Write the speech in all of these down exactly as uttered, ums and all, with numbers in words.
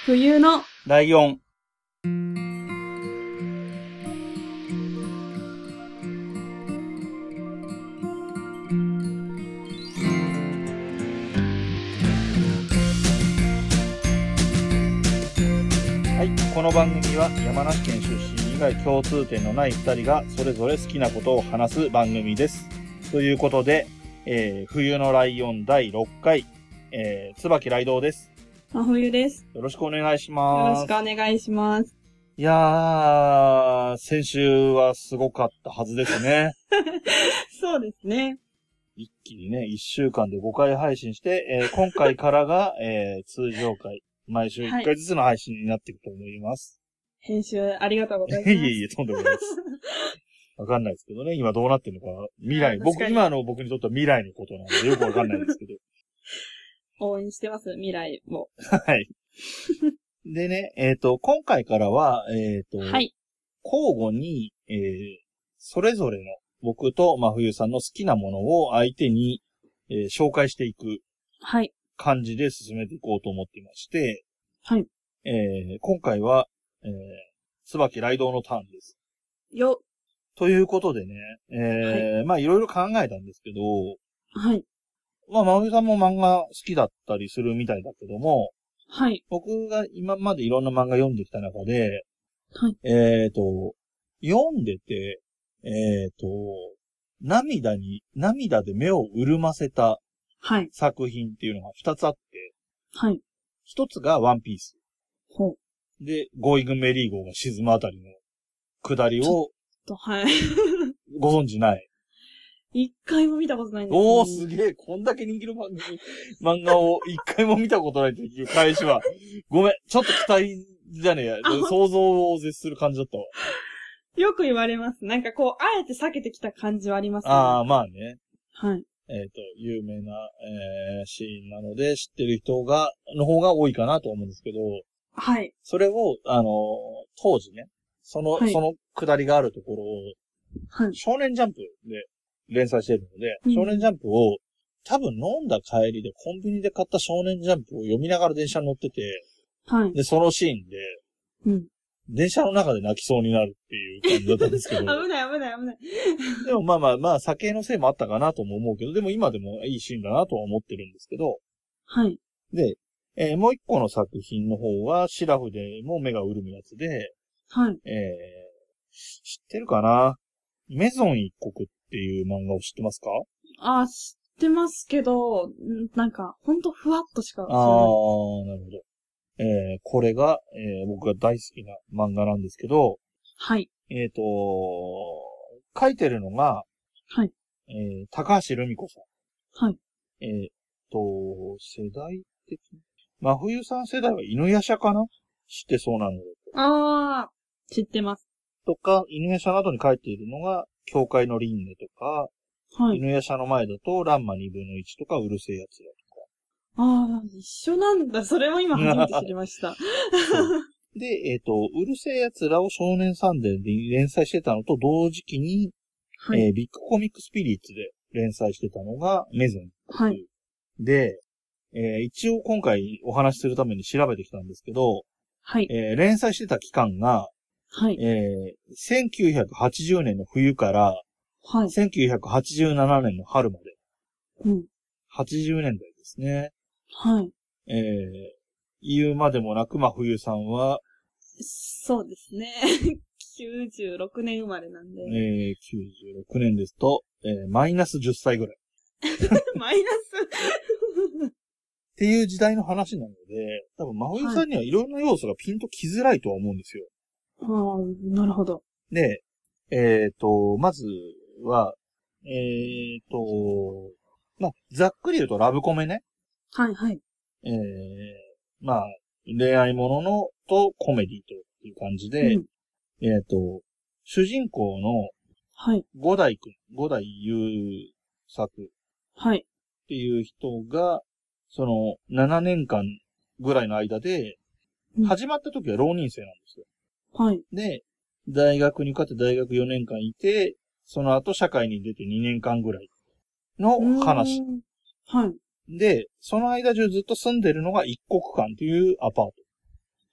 冬のライオン。はい、この番組は山梨県出身以外共通点のないふたりがそれぞれ好きなことを話す番組です。ということで、えー、冬のライオンだいろっかい、えー、椿雷道です。 真冬です。 よろしくお願いします。 よろしくお願いします。 いやー、先週はすごかったはずですね。 そうですね。 一気にね、いっしゅうかんでごかい配信して、えー、今回からが、えー、通常回、毎週いっかいずつの配信になっていくと思います。 はい、編集ありがとうございます。 いえいえ、とんでもないです。わかんないですけどね、今どうなってるのか、未来、僕、今の僕にとっては未来のことなんでよくわかんないですけど。 応援してます、未来を。 はい。でね、えっ、ー、と、今回からは、えっ、ー、と、はい、交互に、えー、それぞれの僕と真冬さんの好きなものを相手に、えー、紹介していく感じで進めていこうと思っていまして、 はい。 えー、今回は、えー、椿雷道のターンです。 よ。 ということでね、えー、はい、まあいろいろ考えたんですけど、 はい。 まあ、真冬さんも漫画好きだったりするみたいだけども、 はい。 僕が今までいろんな漫画読んできた中で、 はい。 えっと、読んでて、えっと、涙に、涙で目を潤ませた作品っていうのが二つあって、 はい。 一つがワンピース。 ほう。 で、ゴーイングメリー号が沈むあたりの下りを、 と、はい。 ご存知ない。 一回も見たことないんですよ、ね。 おー、すげえ。こんだけ人気の番組、漫画を一回も見たことないという返しは。ごめん。ちょっと期待じゃねえや。想像を絶する感じだったわ。 よく言われます。なんかこう、あえて避けてきた感じはありますね。 ああ、まあね。 はい。 えっ、ー、と、有名な、えー、シーンなので、知ってる人が、の方が多いかなと思うんですけど。 はい。 それを、あの、当時ね、その、はい、その下りがあるところを、はい。少年ジャンプで、連載してるので、うん、少年ジャンプを、多分飲んだ帰りでコンビニで買った少年ジャンプを読みながら電車に乗ってて、はい。で、そのシーンで、うん。電車の中で泣きそうになるっていう感じだったんですけど。 危ない危ない危ない。 でもまあまあまあ、酒のせいもあったかなとも思うけど、でも今でもいいシーンだなとは思ってるんですけど。 はい。 で、えー、もう一個の作品の方は、シラフでも目が潤むやつで、 はい。 えー、知ってるかな？メゾン一国っていう漫画を知ってますか？ ああ、知ってますけど、なんか、ほんとふわっとしか知らない。ああ、 なるほど。えー、これが、えー、僕が大好きな漫画なんですけど、 はい。 えっと、書いてるのが、 はい。 えー、高橋留美子さん。はい。 えっと、世代的に、真冬さん世代は犬夜叉かな？知ってそうなので。 ああ、知ってます。 とか、犬夜叉などに書いているのが、教会の輪廻とか、はい。犬夜叉の前だと、ランマにぶんのいちとか、うるせえやつだとか。ああ、一緒なんだ。それも今初めて知りました。 で、えっと、うるせえやつらを少年サンデーで連載してたのと同時期に、はい。えー、ビッグコミックスピリッツで連載してたのが、メゾン。はい。で、えー、一応今回お話しするために調べてきたんですけど、はい。えー、連載してた期間が、はい。えー、せんきゅうひゃくはちじゅうねんの冬から、はい。せんきゅうひゃくはちじゅうななねんの春まで。うん。はちじゅうねんだいですね。はい。えー、言うまでもなく、真冬さんは、 そうですね。きゅうじゅうろくねん生まれなんで。 えー、きゅうじゅうろくねんですと、えー、マイナスじゅっさいぐらい。 マイナスっていう時代の話なので、多分真冬さんにはいろんな要素がピンときづらいとは思うんですよ。 はい、ああ、なるほど。 で、えっと、まずは、えっと、まあ、ざっくり言うとラブコメね。 はいはい。 えー、まあ、恋愛もののとコメディという感じで、うん、えっと、主人公の、はい。五代くん、五代優作。はい。っていう人が、その、ななねんかんぐらいの間で、うん、始まった時は浪人生なんですよ。はい。で、大学に受かって大学よねんかんいて、その後社会に出てにねんかんぐらいの話。はい。で、その間中ずっと住んでるのが一国館というアパート。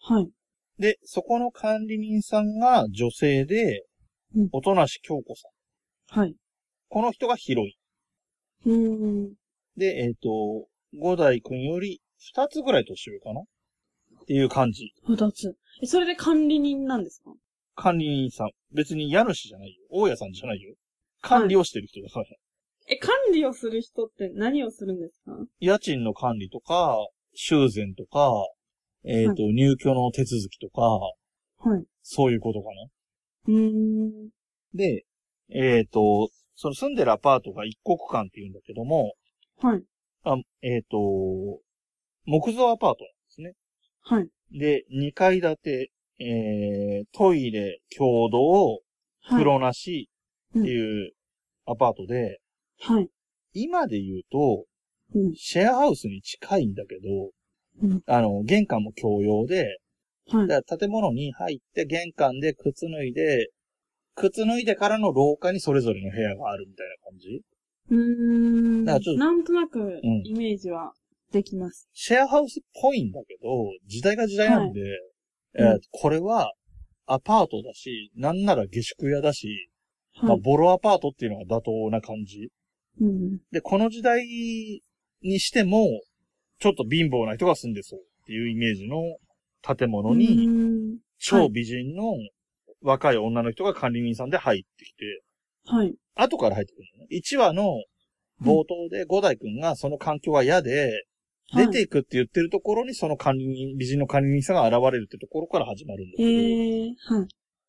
はい。 で、そこの管理人さんが女性で、 うん、 音無京子さん。はい。 この人がヒロイン。うーん。 で、えっ、と、五代くんより二つぐらい年上かなっていう感じ。 二つ。え、それで管理人なんですか？ 管理人さん。別に家主じゃないよ。大家さんじゃないよ。管理をしてる人だから。はい、 え、管理をする人って何をするんですか？ 家賃の管理とか、修繕とか、えっ、と、はい、入居の手続きとか、 はい。 そういうことかな。 うーん。 で、えっ、と、その住んでるアパートが一国間って言うんだけども、 はい。 あえっ、と、木造アパートなんですね。 はい。 で、二階建て、えー、トイレ、共同、風呂なしっていうアパートで、 はい。 今で言うと、 うん、 シェアハウスに近いんだけど、うん、あの、玄関も共用で、はい、だから建物に入って玄関で靴脱いで、靴脱いでからの廊下にそれぞれの部屋があるみたいな感じ？ うーん。だからちょっとなんとなくイメージはできます、 うん。シェアハウスっぽいんだけど、時代が時代なんで、はい、えーうん、これはアパートだし、なんなら下宿屋だし、はい、まあ、ボロアパートっていうのが妥当な感じ。うん、で、この時代にしても、ちょっと貧乏な人が住んでそうっていうイメージの建物に、超美人の若い女の人が管理人さんで入ってきて、はい。後から入ってくるのね。いちわの冒頭で五代くんがその環境は嫌で、出ていくって言ってるところにその管理人、美人の管理人さんが現れるってところから始まるんだけど、えー、はい。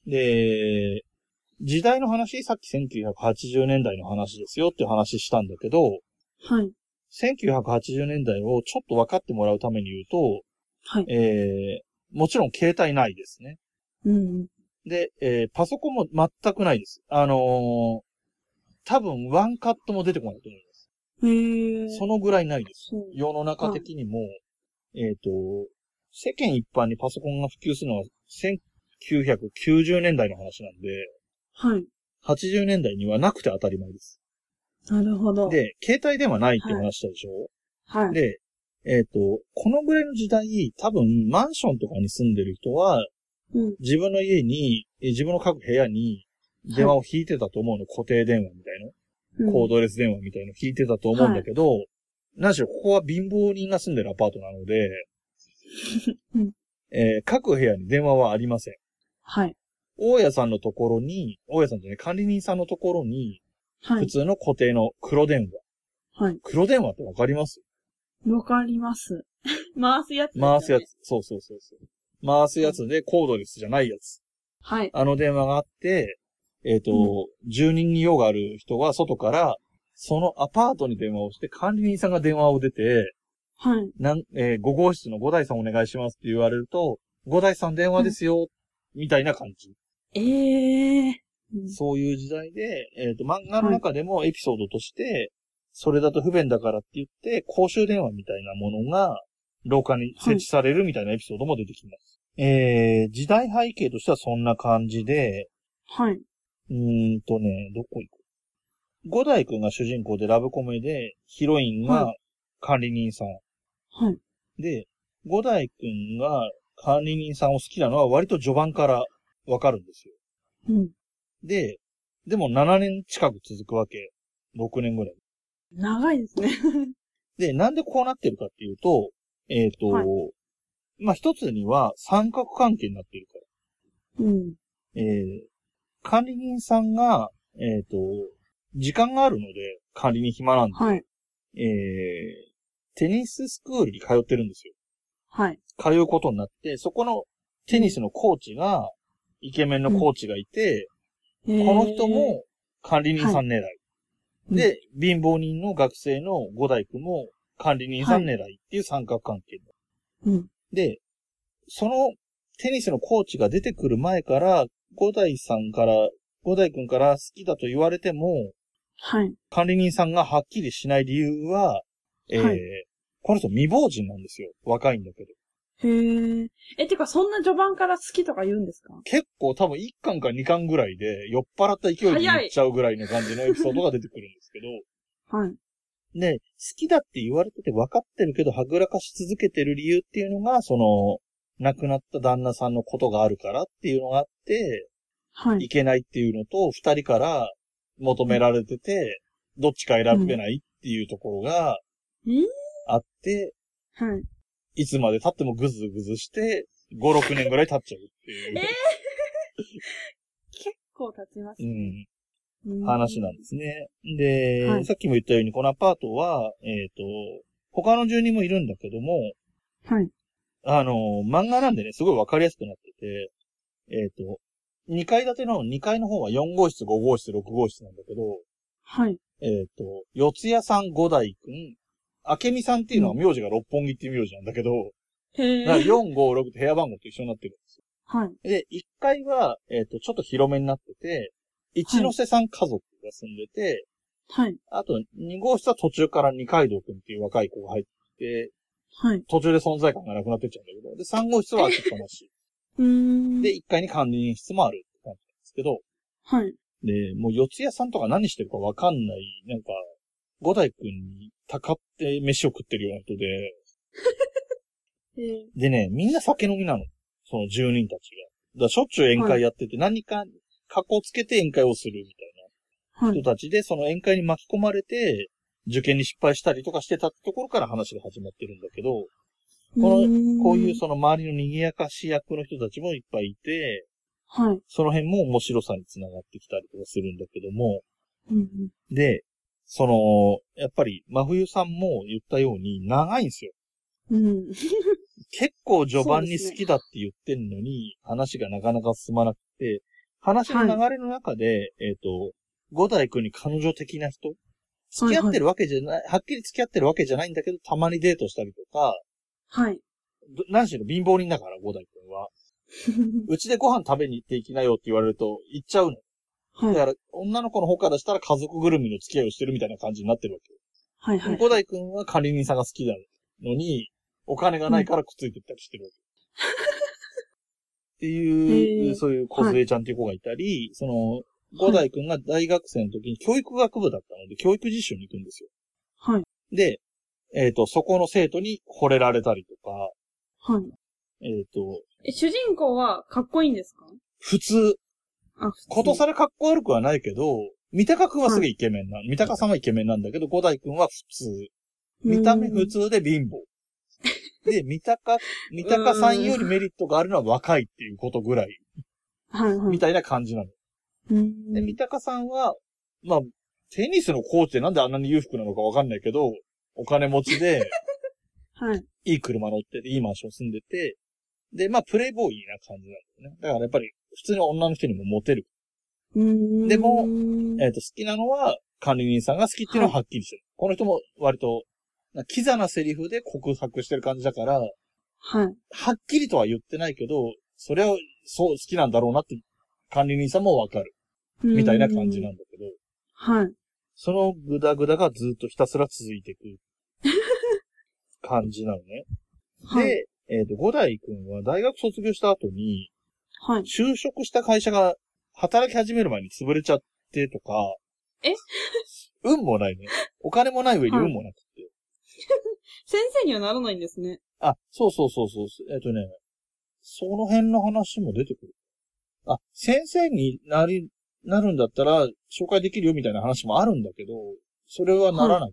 で、時代の話、さっきせんきゅうひゃくはちじゅうねんだいの話ですよっていう話したんだけど、はい。せんきゅうひゃくはちじゅうねんだいをちょっと分かってもらうために言うと、はい。えー、もちろん携帯ないですね。うん。で、えー、パソコンも全くないです。あのー、多分ワンカットも出てこないと思います。へー。そのぐらいないです。世の中的にも、はい、えっと、世間一般にパソコンが普及するのはせんきゅうひゃくきゅうじゅうねんだいの話なんで、はい。はちじゅうねんだいにはなくて当たり前です。なるほど。で、携帯電話ないって話したでしょ？はい。で、えっと、このぐらいの時代、多分マンションとかに住んでる人は、うん、自分の家に、自分の各部屋に電話を引いてたと思うの、はい、固定電話みたいな、うん。コードレス電話みたいの引いてたと思うんだけど、はい、何しろここは貧乏人が住んでるアパートなので、うん、えー、各部屋に電話はありません。はい。大家さんのところに、大家さんじゃない、管理人さんのところに、はい、普通の固定の黒電話。はい。黒電話ってわかります？ わかります。回すやつですよね。 回すやつ。そうそうそうそう。回すやつでコードレスじゃないやつ。はい。あの電話があって、えっと、うん、住人に用がある人は外から、そのアパートに電話をして、管理人さんが電話を出て、はい。なん、えー、ご号室の五代さんお願いしますって言われると、五代さん電話ですよ、うん、みたいな感じ。ええー。そういう時代で、えっと、漫画の中でもエピソードとして、はい、それだと不便だからって言って、公衆電話みたいなものが、廊下に設置されるみたいなエピソードも出てきます。はい、えー、時代背景としてはそんな感じで、はい。うーんとね、どこ行く？五代くんが主人公でラブコメで、ヒロインが管理人さん。はい。で、五代くんが管理人さんを好きなのは割と序盤からわかるんですよ。うん。で、でもななねん近く続くわけ。ろくねんぐらい。 長いですね。 で、なんでこうなってるかっていうと、えっと、はい、まあ、一つには三角関係になってるから。うん。えー、管理人さんが、えっと、時間があるので、管理人暇なんで、はい、えー、テニススクールに通ってるんですよ。はい。通うことになって、そこのテニスのコーチが、うん、イケメンのコーチがいて、うん、この人も管理人さん狙い。はい、で、うん、貧乏人の学生の五代くんも管理人さん狙いっていう三角関係。はい、うん、で、そのテニスのコーチが出てくる前から、五代さんから、五代くんから好きだと言われても、はい。管理人さんがはっきりしない理由は、えー、はい、この人未亡人なんですよ。若いんだけど。 へえ。え、てかそんな序盤から好きとか言うんですか？ 結構多分いっかんかにかんぐらいで酔っ払った勢いで言っちゃうぐらいの感じのエピソードが出てくるんですけど。はい。で、好きだって言われてて分かってるけどはぐらかし続けてる理由っていうのが、その、 亡くなった旦那さんのことがあるからっていうのがあって、 はい。 いけないっていうのと、二人から求められてて、うん、どっちか選べないっていうところがあって、 うん、はい。 いつまで経ってもぐずぐずして、ご、ろくねんぐらい経っちゃうっていう。 えー、結構経ちますね。 うん。話なんですね。で、はい、さっきも言ったように、このアパートは、えっと、他の住人もいるんだけども、 はい。 あの、漫画なんでね、すごいわかりやすくなってて、えっと、にかい建てのにかいの方はよんごうしつ、ごごうしつ、ろくごうしつなんだけど、 はい。 えっと、四谷さん五代くん、明美さんっていうのは名字が六本木っていう名字なんだけど、 へー。 だからよん、ご、ろくって部屋番号と一緒になってるんですよ。 はい。 で、いっかいは、えっと、ちょっと広めになってて、一ノ瀬さん家族が住んでて、 はい。 あと、にごうしつは途中から二階堂くんっていう若い子が入ってきて、 はい。 途中で存在感がなくなってっちゃうんだけど、で、さんごうしつは開きっぱなし。 うーん。 で、いっかいに管理人室もあるって感じなんですけど、 はい。 で、もう四谷さんとか何してるかわかんない、なんか、五代くんにたかって飯を食ってるような人で、でね、みんな酒飲みなの。その住人たちが。だからしょっちゅう宴会やってて、何か、格好つけて宴会をするみたいな人たちで、その宴会に巻き込まれて、受験に失敗したりとかしてたってところから話が始まってるんだけど、この、こういうその周りの賑やかし役の人たちもいっぱいいて、 はい。 その辺も面白さにつながってきたりとかするんだけども、 うんうん、 で、その、やっぱり真冬さんも言ったように長いんですよ。 うん、 結構序盤に好きだって言ってんのに、ね、話がなかなか進まなくて、話の流れの中で、はい、えっと、五代くんに彼女的な人付き合ってるわけじゃない、はいはい、はっきり付き合ってるわけじゃないんだけど、たまにデートしたりとか、 はい。 何しろ貧乏人だから、五代くんは。うちでご飯食べに行って行きなよって言われると、行っちゃうの。はい。だから、女の子の方からしたら家族ぐるみの付き合いをしてるみたいな感じになってるわけよ。 はいはい、はい。 五代くんは管理人さんが好きなのに、お金がないからくっついてったりしてるわけ。っていう、そういう小杖ちゃんっていう子がいたり、はい、その、五代くんが大学生の時に教育学部だったので、教育実習に行くんですよ。 はい。 で、えっと、そこの生徒に惚れられたりとか、 はい。 えっと、 え、主人公はかっこいいんですか？ 普通。 あ、普通。 ことさらかっこ悪くはないけど、三鷹くんはすぐイケメンな、はい、三鷹さんはイケメンなんだけど、五代くんは普通。見た目普通で貧乏。で、三鷹、三鷹さんよりメリットがあるのは若いっていうことぐらい。 はいはい。 みたいな感じなの。で、三鷹さんは、まあ、テニスのコーチでなんであんなに裕福なのかわかんないけど、お金持ちで、 はい。 いい車乗ってて、いいマンション住んでて、で、まあ、プレイボーイな感じなんだよね。だからやっぱり、普通に女の人にもモテる。でも、えっと、好きなのは、管理人さんが好きっていうのははっきりしてる。はい、この人も割と、キザなセリフで告白してる感じだから、はい。はっきりとは言ってないけど、それは、そう好きなんだろうなって、管理人さんもわかる。みたいな感じなんだけど。 はい。 そのグダグダがずっとひたすら続いていく感じなのね。はい、で、えっと、五代くんは大学卒業した後に、はい。就職した会社が働き始める前に潰れちゃってとか、 え運もないね。お金もない上に運もなくて。はい、 先生にはならないんですね。 あ、そうそうそうそう。えっとね、その辺の話も出てくる。あ、先生になり、なるんだったら紹介できるよみたいな話もあるんだけど、それはならなくって、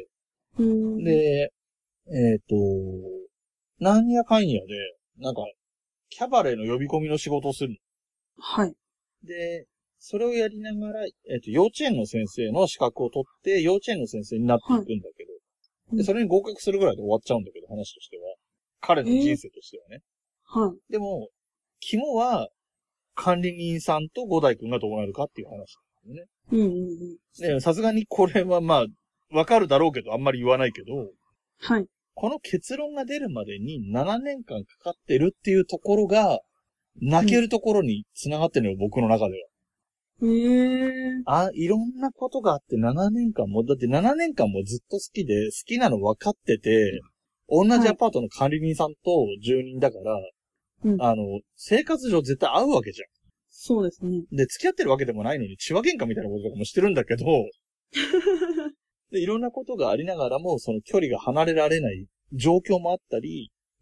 はい、で、えっと、なんやかんやで、なんか、キャバレーの呼び込みの仕事をするの。はい。で、それをやりながら、えっと、幼稚園の先生の資格を取って、幼稚園の先生になっていくんだけど、はい、で、それに合格するぐらいで終わっちゃうんだけど、話としては。彼の人生としてはね。えー、はい。でも、肝は、管理人さんと五代くんがどうなるかっていう話なんですよね。うんうんうん。さすがにこれはまあ、わかるだろうけど、あんまり言わないけど、はい。この結論が出るまでにななねんかんかかってるっていうところが、泣けるところに繋がってるのよ、うん、僕の中では。へー。あ、いろんなことがあってななねんかんも、だってななねんかんもずっと好きで、好きなの分かってて、同じアパートの管理人さんと住人だから、うん、あの、生活上絶対合うわけじゃん。そうですね。で、付き合ってるわけでもないのに、血は喧嘩みたいなこととかもしてるんだけど、で、いろんなことがありながらも、その距離が離れられない状況もあったり、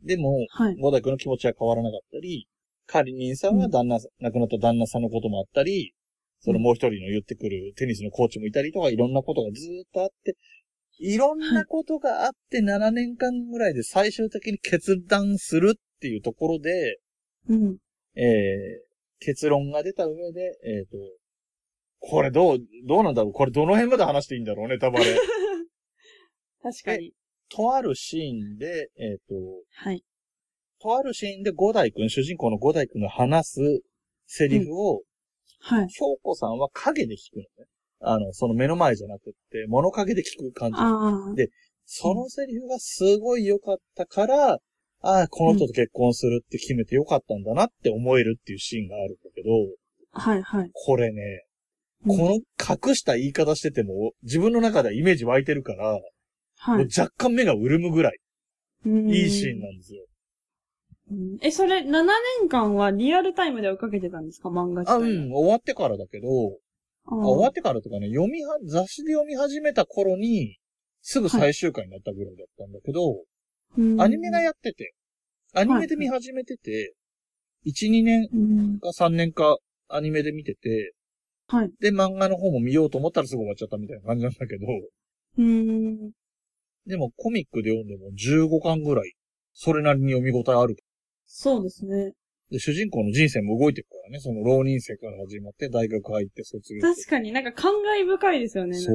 でも、 はい。 五代君の気持ちは変わらなかったり、管理人さんは旦那、うん、亡くなった旦那さんのこともあったり、そのもう一人の言ってくるテニスのコーチもいたりとか、いろんなことがずーっとあって、いろんなことがあってななねんかんぐらいで最終的に決断するっていうところで、 うん、 えー、結論が出た上で、えっと、これどう、どうなんだろうこれどの辺まで話していいんだろうね、ネタバレ。 確かに。 とあるシーンで、えっと、 はい。 とあるシーンで五代くん、主人公の五代くんが話すセリフを、うん、 はい。 京子さんは影で聞くのね。あの、その目の前じゃなくって、物陰で聞く感じ。で、そのセリフがすごい良かったから、うん、ああ、この人と結婚するって決めて良かったんだなって思えるっていうシーンがあるんだけど、 はいはい。 これね、うん、この隠した言い方してても、自分の中ではイメージ湧いてるから、はい、もう若干目が潤むぐらい、いいシーンなんですよ。 うん、え、それ、ななねんかんはリアルタイムで追いかけてたんですか漫画自体？あ、 うん、終わってからだけど、あ終わってからとかね、読みは、雑誌で読み始めた頃に、すぐ最終回になったぐらいだったんだけど、はい、アニメがやってて、アニメで見始めてて、いち、にねんかさんねんかアニメで見てて、はい。で、漫画の方も見ようと思ったらすぐ終わっちゃったみたいな感じなんだけど、 うーん。 でもコミックで読んでもじゅうごかんぐらい、それなりに読み応えある。 そうですね。 で、主人公の人生も動いてるからね、その浪人生から始まって大学入って卒業して。 確かになんか感慨深いですよね。 そう。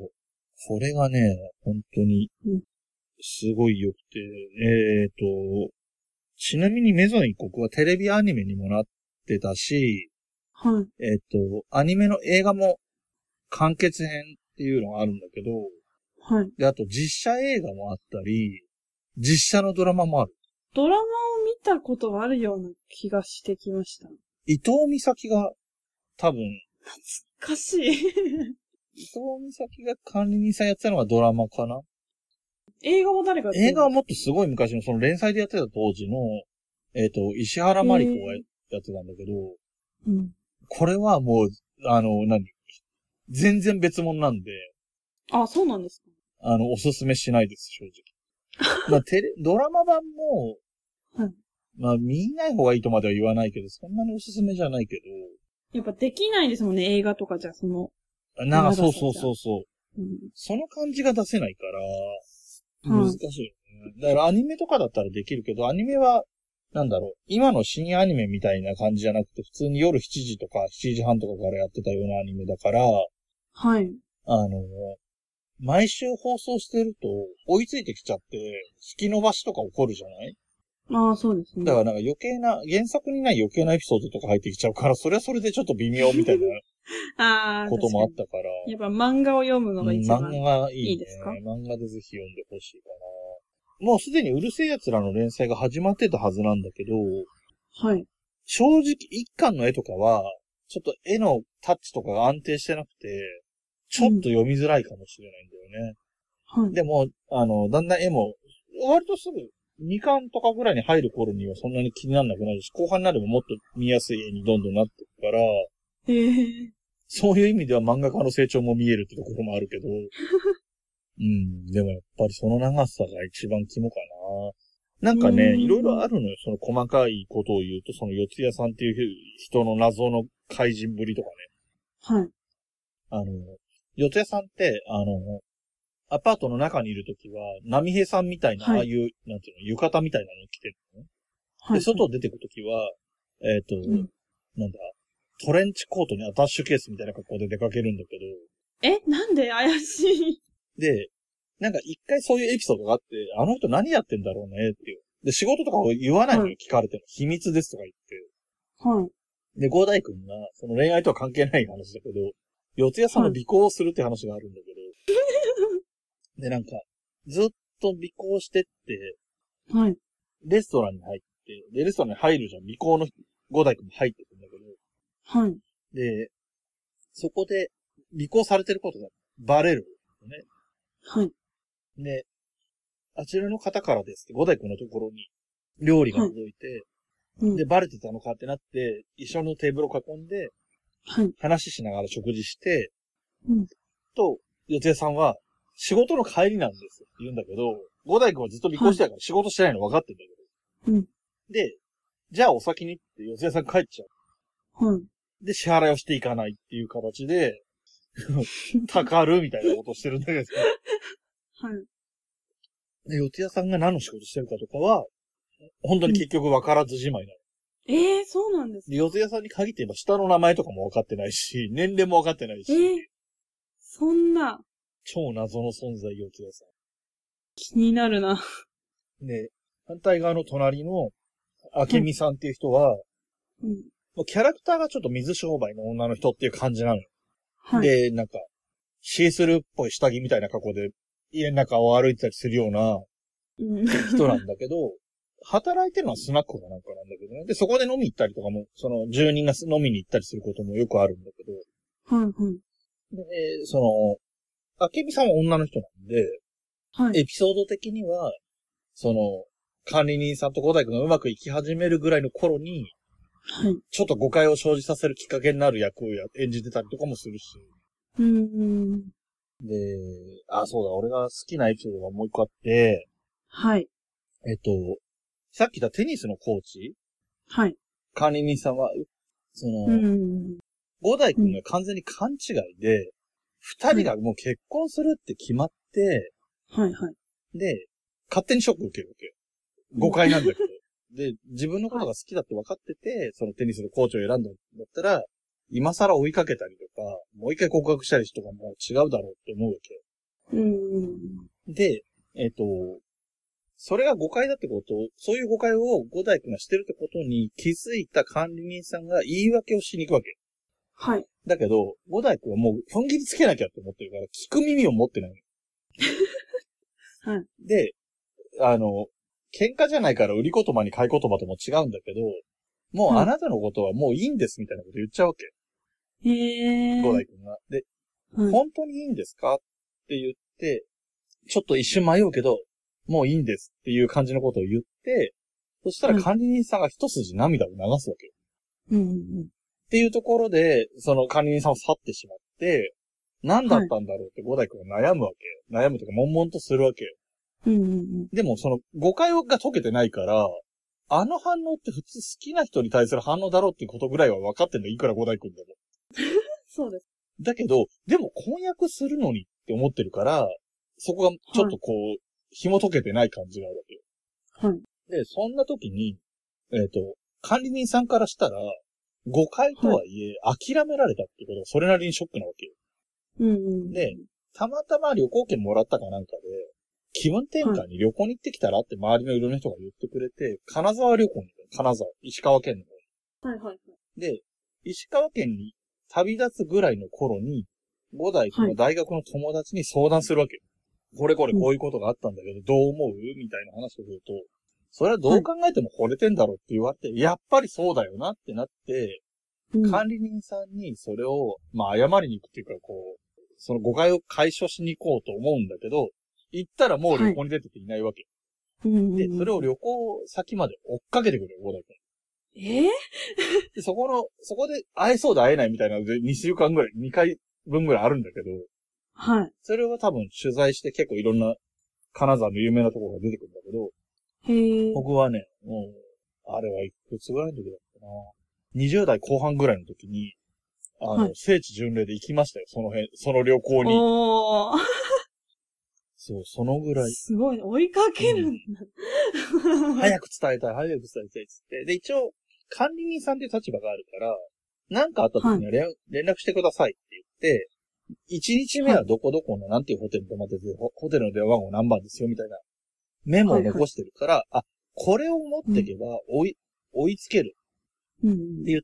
これがね、本当に、すごい良くて、うん、えっと、ちなみにメゾン一国はテレビアニメにもなってたし、はい。えっと、アニメの映画も完結編っていうのがあるんだけど、はい。で、あと実写映画もあったり、実写のドラマもある。 ドラマを見たことがあるような気がしてきました。 伊藤美咲が多分。 懐かしい。 伊藤美咲が管理人さんやってたのがドラマかな？ 映画も誰がやってたの？ 映画はもっとすごい昔のその連載でやってた当時の、えっと、石原まり子がやってたんだけど、うん、これはもう、あの、何全然別物なんで。 あ、そうなんですか？ あの、おすすめしないです、正直。まあ、テレ、ドラマ版も、はい、まあ、見ない方がいいとまでは言わないけど、そんなにおすすめじゃないけど。 やっぱできないですもんね、映画とかじゃ、その。 なんか、そうそうそうそう、うん。その感じが出せないから、難しいよね、うん。だからアニメとかだったらできるけど、アニメは、なんだろう、今の深夜アニメみたいな感じじゃなくて、普通に夜しちじとかしちじはんとかからやってたようなアニメだから、はい。あの、毎週放送してると追いついてきちゃって、引き伸ばしとか起こるじゃない？ ああ、そうですね。 だからなんか余計な、原作にない余計なエピソードとか入ってきちゃうから、それはそれでちょっと微妙みたいなこともあったから。 やっぱ漫画を読むのが一番いいですか？ 漫画がいいね。漫画でぜひ読んでほしいかな。もうすでにうるせえ奴らの連載が始まってたはずなんだけど、はい。正直一巻の絵とかは、ちょっと絵のタッチとかが安定してなくて、ちょっと読みづらいかもしれないんだよね。はい。でも、あの、だんだん絵も、割とすぐ、にかんとかぐらいに入る頃にはそんなに気にならなくなるし、後半になればもっと見やすい絵にどんどんなっていくから、へー。そういう意味では漫画家の成長も見えるってところもあるけど、うん、でもやっぱりその長さが一番肝かな。なんかね、いろいろあるのよ。その細かいことを言うと、その四谷さんっていう人の謎の怪人ぶりとかね。はい。あの、四谷さんって、あの、アパートの中にいるときは、波平さんみたいな、はい、ああいう、なんていうの、浴衣みたいなのを着てるのね。はい。で、外出てくときは、えっと、うん、なんだ、トレンチコートにアタッシュケースみたいな格好で出かけるんだけど。 え、なんで怪しい。 で、なんか一回そういうエピソードがあって、あの人何やってんだろうねっていう。で、仕事とかを言わないのに聞かれても、秘密ですとか言って。はい。で、ゴーダイ君が、その恋愛とは関係ない話だけど、四谷さんの尾行をするって話があるんだけど、はい、で、なんか、ずっと尾行してって、はい。レストランに入って、で、レストランに入るじゃん。尾行のゴーダイ君も入ってくんだけど、はい。で、そこで、尾行されてることがバレるのね。はい。で、あちらの方からですって、五代君のところに料理が届いて、はい、で、バレてたのかってなって、一緒のテーブルを囲んで、はい。話しながら食事して、うん。と、四谷さんは、仕事の帰りなんですって言うんだけど、五代君はずっと尾行してたから仕事してないの分かってんだけど、 うん。 で、じゃあお先にって四谷さん帰っちゃう。はい。 で、支払いをしていかないっていう形で、たかるみたいなことをしてるんだけど。 はい。 で、四谷さんが何の仕事してるかとかは、本当に結局分からずじまいなの。 うん、ええー、そうなんですか。 で、四谷さんに限って言えば下の名前とかも分かってないし、年齢も分かってないし。 ええー、そんな。 超謎の存在、四谷さん。 気になるな。 で、反対側の隣の、明美さんっていう人は、 うん、 もうキャラクターがちょっと水商売の女の人っていう感じなのよ。 はい。 で、なんか、シースルーっぽい下着みたいな格好で、家の中を歩いてたりするような人なんだけど、働いてるのはスナックかなんかなんだけどね。で、そこで飲み行ったりとかも、その住人が飲みに行ったりすることもよくあるんだけど。 はいはい。 で、その、明美さんは女の人なんで、はい、エピソード的には、その、管理人さんと五代君がうまくいき始めるぐらいの頃に、はい。ちょっと誤解を生じさせるきっかけになる役を演じてたりとかもするし。 うん。 で、あ、そうだ、俺が好きなエピソードがもう一個あって、 はい。 えっと、さっき言ったテニスのコーチはい。 管理人さんは、その、五代君が完全に勘違いで、二、うん、人がもう結婚するって決まって、 はいはい。 で、勝手にショック受けるわけよ。誤解なんだけど。で、自分のことが好きだって分かってて、はい、そのテニスのコーチを選んだんだったら、今更追いかけたりとか、もう一回告白したりとかも違うだろうって思うわけ。うん、で、えっと、それが誤解だってことを、そういう誤解を五代君がしてるってことに気づいた管理人さんが言い訳をしに行くわけ。 はい。 だけど、五代君はもう踏ん切りつけなきゃって思ってるから、聞く耳を持ってない。 はい。 で、あの、喧嘩じゃないから売り言葉に買い言葉とも違うんだけど、もうあなたのことはもういいんですみたいなこと言っちゃうわけ。へー。五代君が。で、はい、本当にいいんですかって言って、ちょっと一瞬迷うけど、もういいんですっていう感じのことを言って、そしたら管理人さんが一筋涙を流すわけよ。うんうんうん、っていうところで、その管理人さんを去ってしまって、何だったんだろうって五代君が悩むわけよ。悩むというか悶々とするわけよ。うんうんうん、でもその誤解が解けてないから、あの反応って普通好きな人に対する反応だろうっていうことぐらいは分かってんの、いくら五代君でも。 そうです。 だけど、でも婚約するのにって思ってるから、そこがちょっとこう、はい、紐解けてない感じがあるわけよ。はい。で、そんな時に、えっと、管理人さんからしたら、誤解とはいえ、諦められたってことがそれなりにショックなわけよ。うんうん、で、たまたま旅行券もらったかなんかで、気分転換に旅行に行ってきたらって周りのいろんな人が言ってくれて、金沢旅行に行った。金沢、石川県の方に。はいはいはい。で、石川県に旅立つぐらいの頃に、五代君の大学の友達に相談するわけよ。はい、これこれこういうことがあったんだけど、どう思うみたいな話をすると、それはどう考えても惚れてんだろうって言われて、はい、やっぱりそうだよなってなって、うん、管理人さんにそれを、まあ謝りに行くっていうか、こう、その誤解を解消しに行こうと思うんだけど、行ったらもう旅行に出てていないわけ。はい、で、それを旅行先まで追っかけてくるよ、五代君。 えー、 で、そこの、そこで会えそうで会えないみたいなのでにしゅうかんぐらい、にかいぶんぐらいあるんだけど、はい。それは多分取材して結構いろんな金沢の有名なところが出てくるんだけど、へー。僕はね、もう、あれはいくつぐらいの時だったかな。にじゅう代後半ぐらいの時に、あの、はい、聖地巡礼で行きましたよ、その辺、その旅行に。おー。そう、そのぐらい。 すごい、追いかけるんだ。 うん、早く伝えたい、早く伝えたいっつって。で、一応、管理人さんっていう立場があるから、何かあった時には連、はい、連絡してくださいって言って、一日目はどこどこのなんていうホテルに泊まってて、はい、ホテルの電話番号何番ですよみたいなメモを残してるから、はいはい、あ、これを持ってけば追い、うん、追いつける。って言って、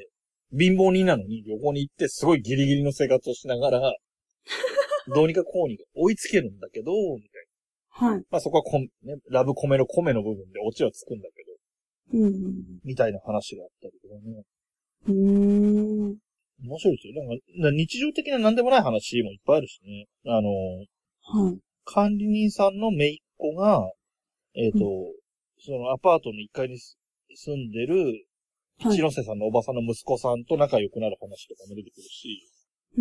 貧乏人なのに旅行に行ってすごいギリギリの生活をしながら、どうにかこうにか追いつけるんだけど、みたいな。はい。まあそこはコメ、ね、ラブコメのコメの部分でオチはつくんだけど、うん、みたいな話があったりとかね。うーん。面白いですよ。なんか、日常的な何でもない話もいっぱいあるしね。あの、はい。管理人さんの姪っ子が、えっと、うん、そのアパートのいっかいに住んでる、一ノ瀬さんのおばさんの息子さんと仲良くなる話とかも出てくるし、うん、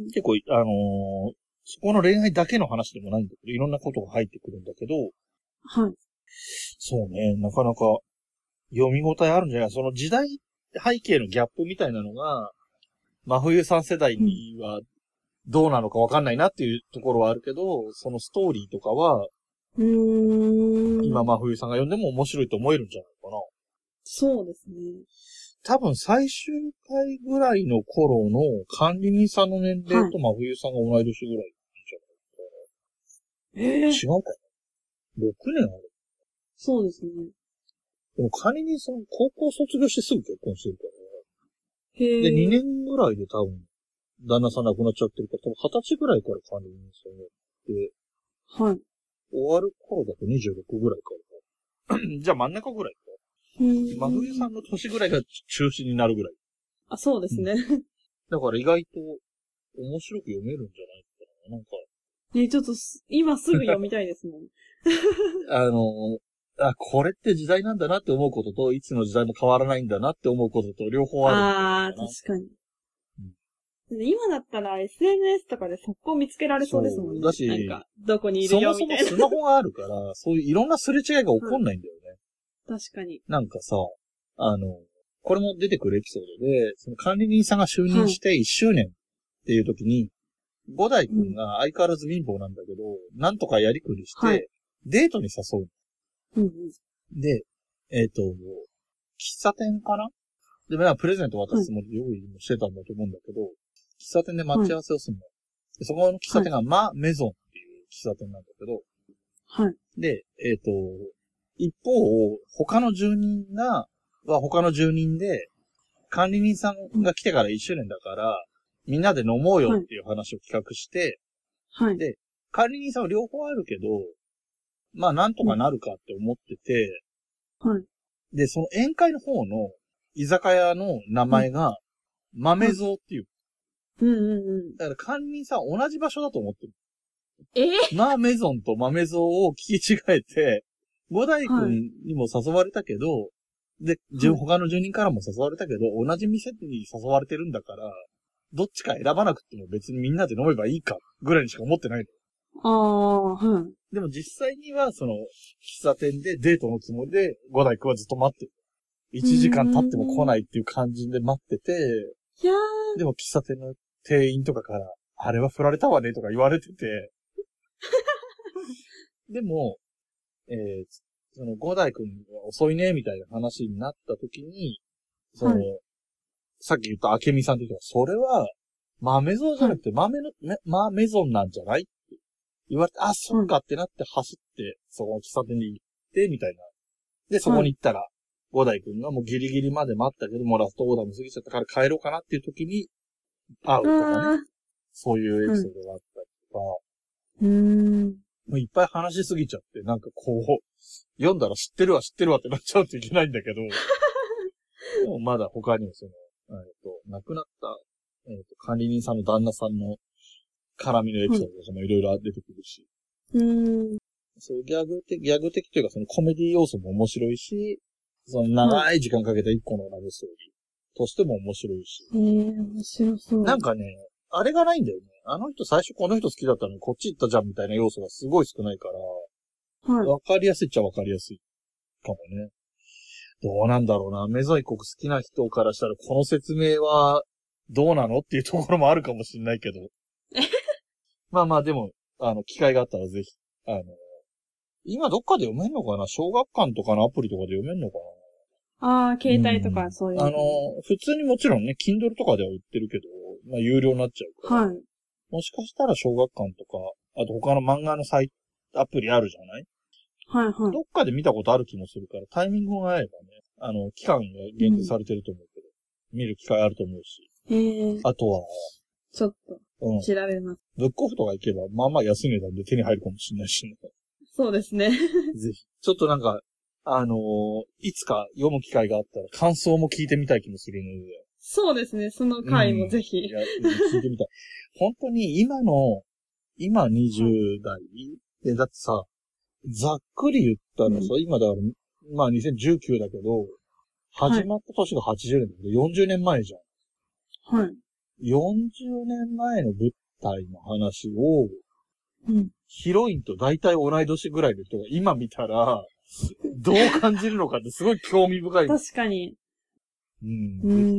結構、あのー、そこの恋愛だけの話でもないんだけど、いろんなことが入ってくるんだけど、はい。 そうね、なかなか読み応えあるんじゃない？その時代背景のギャップみたいなのが、真冬さん世代にはどうなのかわかんないなっていうところはあるけど、そのストーリーとかは、 うーん。 今真冬さんが読んでも面白いと思えるんじゃないかな。 そうですね。 多分最終回ぐらいの頃の管理人さんの年齢と真冬さんが同い年ぐらいじゃないかな。えー、違うかな ?ろく 年ある。 そうですね。 でも管理人さん高校卒業してすぐ結婚してるから。 へで、にねんぐらいで多分、旦那さん亡くなっちゃってるから、多分はたちぐらいから管理人さんやって、 はい。 終わる頃だとにじゅうろくぐらいから。じゃあ真ん中ぐらいか。真冬さんの年ぐらいが中心になるぐらい。 あ、そうですね。うん、 だから意外と面白く読めるんじゃないかな。なんか。 ね、ちょっと今すぐ読みたいですもん。 あの、あ、これって時代なんだなって思うことと、いつの時代も変わらないんだなって思うことと、両方ある。 ああ、確かに。うん、今だったら エスエヌエス とかで速攻見つけられそうですもんね。 だし、 なんか、どこにいるよみたいな。 そもそもスマホがあるから、そういういろんなすれ違いが起こんないんだよね。 うん、確かに。 なんかさ、あの、これも出てくるエピソードで、その管理人さんが就任していっしゅうねんっていう時に、五代くんが相変わらず貧乏なんだけど、うん、なんとかやりくりして、はい、デートに誘う。うんうん、で、えっと、喫茶店かなで、まあ、プレゼント渡すつもりで用意もしてたんだと思うんだけど、はい、喫茶店で待ち合わせをするの。はい、でそこの喫茶店が、マ・メゾンっていう喫茶店なんだけど、はい。で、えっと、一方、他の住人が、は他の住人で、管理人さんが来てからいっしゅうねんだから、みんなで飲もうよっていう話を企画して、はい。で、管理人さんは両方あるけど、まあなんとかなるかって思ってて、はい。で、その宴会の方の居酒屋の名前が、豆蔵っていう。うんうんうん。だから管理人さんは同じ場所だと思ってる。えー、マーメゾンと豆蔵を聞き違えて、五代くんにも誘われたけど、はい、で、他の住人からも誘われたけど、同じ店に誘われてるんだから、どっちか選ばなくても別にみんなで飲めばいいか、ぐらいにしか思ってないの。ああ、はい。でも実際には、その、喫茶店でデートのつもりで、五代くんはずっと待ってる。一時間経っても来ないっていう感じで待ってて、いやー。でも喫茶店の店員とかから、あれは振られたわねとか言われてて、でも、えー、その五代くんは遅いね、みたいな話になった時に、その、はい、さっき言った明美さんって人は、それは、豆蔵じゃなくて、豆の、はい、マーメゾンなんじゃないって言われて、あ、そっかってなって走って、そこの喫茶店に行って、みたいな。で、そこに行ったら、はい、五代くんがもうギリギリまで待ったけど、もうラストオーダーも過ぎちゃったから帰ろうかなっていう時に、会うとかね。そういうエピソードがあったりとか。うーん。もういっぱい話しすぎちゃって、なんかこう、読んだら知ってるわ知ってるわってなっちゃうといけないんだけど、でもまだ他にもその、えっと、亡くなった、えっと、管理人さんの旦那さんの絡みのエピソードとかもいろいろ出てくるし、うん、そういうギャグ的、ギャグ的というかそのコメディ要素も面白いし、その長い時間かけた一個のラブストーリーとしても面白いし。へえー、面白そう。なんかね、あれがないんだよね。あの人最初この人好きだったのにこっち行ったじゃんみたいな要素がすごい少ないから、はい。わかりやすいっちゃわかりやすいかもね。どうなんだろうな。メゾン一国好きな人からしたらこの説明はどうなのっていうところもあるかもしれないけど。まあまあでも、あの、機会があったらぜひ、あの、今どっかで読めんのかな？小学館とかのアプリとかで読めんのかな？ああ、携帯とかそういう、うん。あの、普通にもちろんね、Kindle とかでは売ってるけど、まあ有料になっちゃうから。はい。もしかしたら小学館とか、あと他の漫画のサイト、アプリあるじゃない？はいはい。どっかで見たことある気もするから、タイミングが合えばね、あの、期間が限定されてると思うけど、うん、見る機会あると思うし。へえ。あとは、ちょっと、うん。調べます。ブックオフとか行けば、まあまあ安い値段で手に入るかもしれないしね。そうですね。ぜひ。ちょっとなんか、あのー、いつか読む機会があったら感想も聞いてみたい気もするので。そうですね。その回もぜひ。うん、いや、聞いてみたい。本当に今の、今にじゅう代で、だってさ、ざっくり言ったらさ、うん、今だから、まあにせんじゅうきゅうだけど、始まった年がはちじゅうねんだけど、よんじゅうねんまえじゃん。はい。よんじゅうねんまえの舞台の話を、うん、ヒロインと大体同い年ぐらいの人が今見たら、 どう感じるのかってすごい興味深い。 確かに。 うん。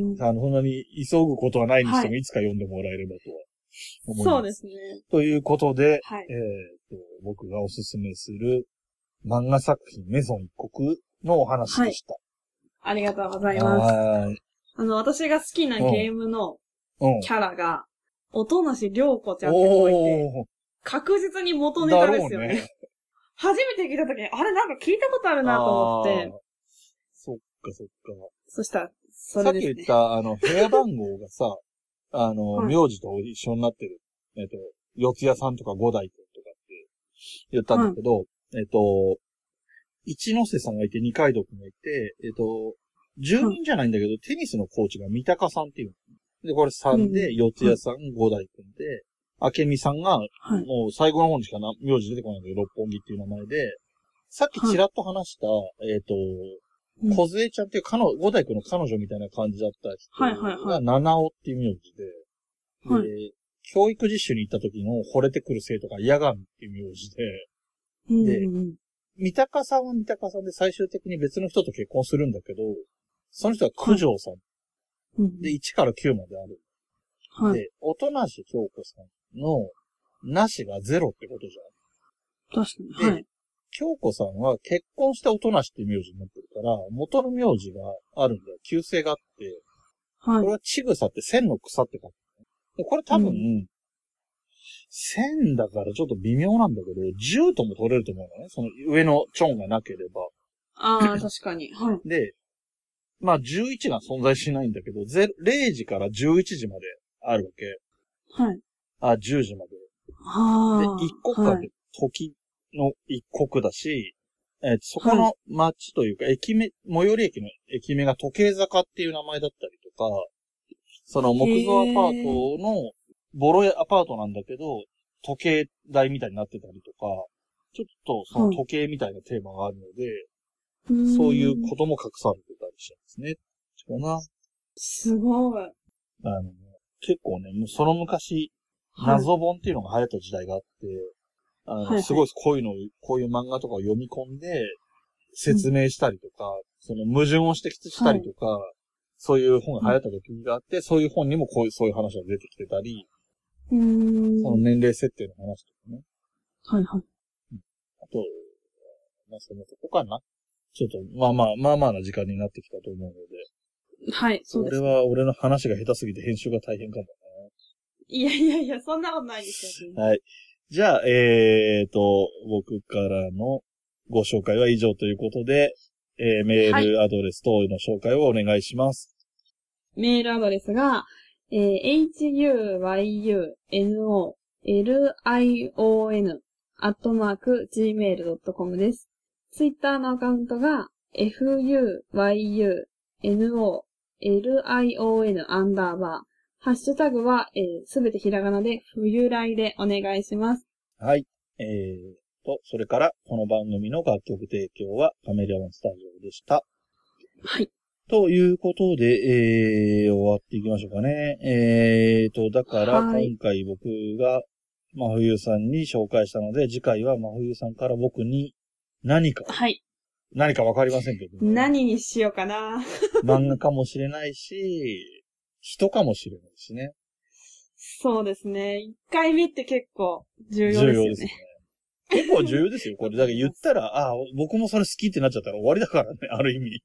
うん、あの、そんなに急ぐことはないにしても、いつか読んでもらえればとは思います。 そうですね。 ということで、 はい、 えーと、僕がおすすめする漫画作品メゾン一国のお話でした。はい、 ありがとうございます。はい。あの、私が好きなゲームのキャラが、音無涼子ちゃんって子いて、確実に元ネタですよね。ね初めて聞いたときに、あれなんか聞いたことあるなと思って。 そっかそっか。 そしたら、それですね。 さっき言った、あの、部屋番号がさ、あの、はい、名字と一緒になってる。えっと、四谷さんとか五代君とかって言ったんだけど、はい、えっと、一ノ瀬さんがいて二階堂君がいて、えっと、住人じゃないんだけど、はい、テニスのコーチが三鷹さんっていうの。で、これさんで、四谷さん、五代君で、明美さんが、もう最後の方にしかな、名字出てこないんだけど、六本木っていう名前で、さっきちらっと話した、はい、えっと、小杖ちゃんっていう彼女、五代君の彼女みたいな感じだった人が、七尾っていう名字で、はい、で、教育実習に行った時の惚れてくる生徒が矢神っていう名字で、で、三鷹さんは三鷹さんで最終的に別の人と結婚するんだけど、その人は九条さん。はい、で、いちからきゅうまである。はい、で、音無京子さんの、なしがゼロってことじゃん。確かに。はい。 京子さんは結婚して音無っていう名字になってるから、元の名字があるんだよ。旧姓があって、はい。これはちぐさって千の草って書く。でこれ多分、うん、千だからちょっと微妙なんだけど、十とも取れると思うのね。その上のチョンがなければ。 ああ、確かに。はい。 で、まあじゅういちが存在しないんだけど、れいじからじゅういちじまであるわけ。 はい。 あ、じゅうじまで。 ああ。 で、一国間って時の一国だし、はい、えー、そこの町というか、駅目、最寄り駅の駅名が時計坂っていう名前だったりとか、その木造アパートのボロアパートなんだけど、時計台みたいになってたりとか、ちょっとその時計みたいなテーマがあるので、はい、そういうことも隠されてたりしますね。かな。 すごい。 あの、結構ね、その昔、謎本っていうのが流行った時代があって、あの、はいはい、すごいこういうの、こういう漫画とかを読み込んで、説明したりとか、うん、その矛盾を指摘したりとか、はい、そういう本が流行った時があって、うん、そういう本にもこういう、そういう話が出てきてたり、 うーんその年齢設定の話とかね。 はいはい。 あと、まあ、そのとこかな。ちょっと、まあまあ、まあまあな時間になってきたと思うので。 はい、そうです、ね。 俺は、俺の話が下手すぎて編集が大変かもな。 いやいやいや、そんなことないですよ、ね。 はい。じゃあ、えーと、僕からのご紹介は以上ということで、えー、メールアドレス等の紹介をお願いします。 はい、メールアドレスが、えー、エイチユーワイユーエヌオーエルアイオーエヌ アットマーク ジーメールドットコム です。ツイッターのアカウントが エフユーワイユーエヌオーエルアイオーエヌ アンダーバー。ハッシュタグはすべ、えー、てひらがなで冬来でお願いします。 はい。えーと、それからこの番組の楽曲提供はカメレオンスタジオでした。 はい。 ということで、えー、終わっていきましょうかね。えーと、だから今回僕が真冬さんに紹介したので、次回は真冬さんから僕に何か、 はい。 何かわかりませんけど、 ね、何にしようかな。 漫画かもしれないし、人かもしれないしね。 そうですね。一回目って結構重要ですよね。重要ですね。 結構重要ですよ。これだけ言ったら、ああ、僕もそれ好きってなっちゃったら終わりだからね、ある意味。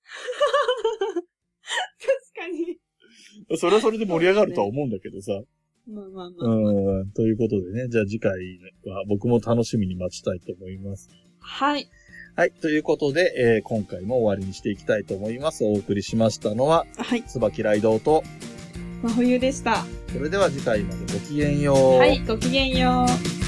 確かに。 それはそれで盛り上がるとは思うんだけどさ。 まあまあまあ、 うん。ということでね、じゃあ次回は僕も楽しみに待ちたいと思います。 はい。 はい。ということで、えー、今回も終わりにしていきたいと思います。お送りしましたのは、 はい。 椿雷道と、 真冬でした。 それでは次回までごきげんよう。 はい、ごきげんよう。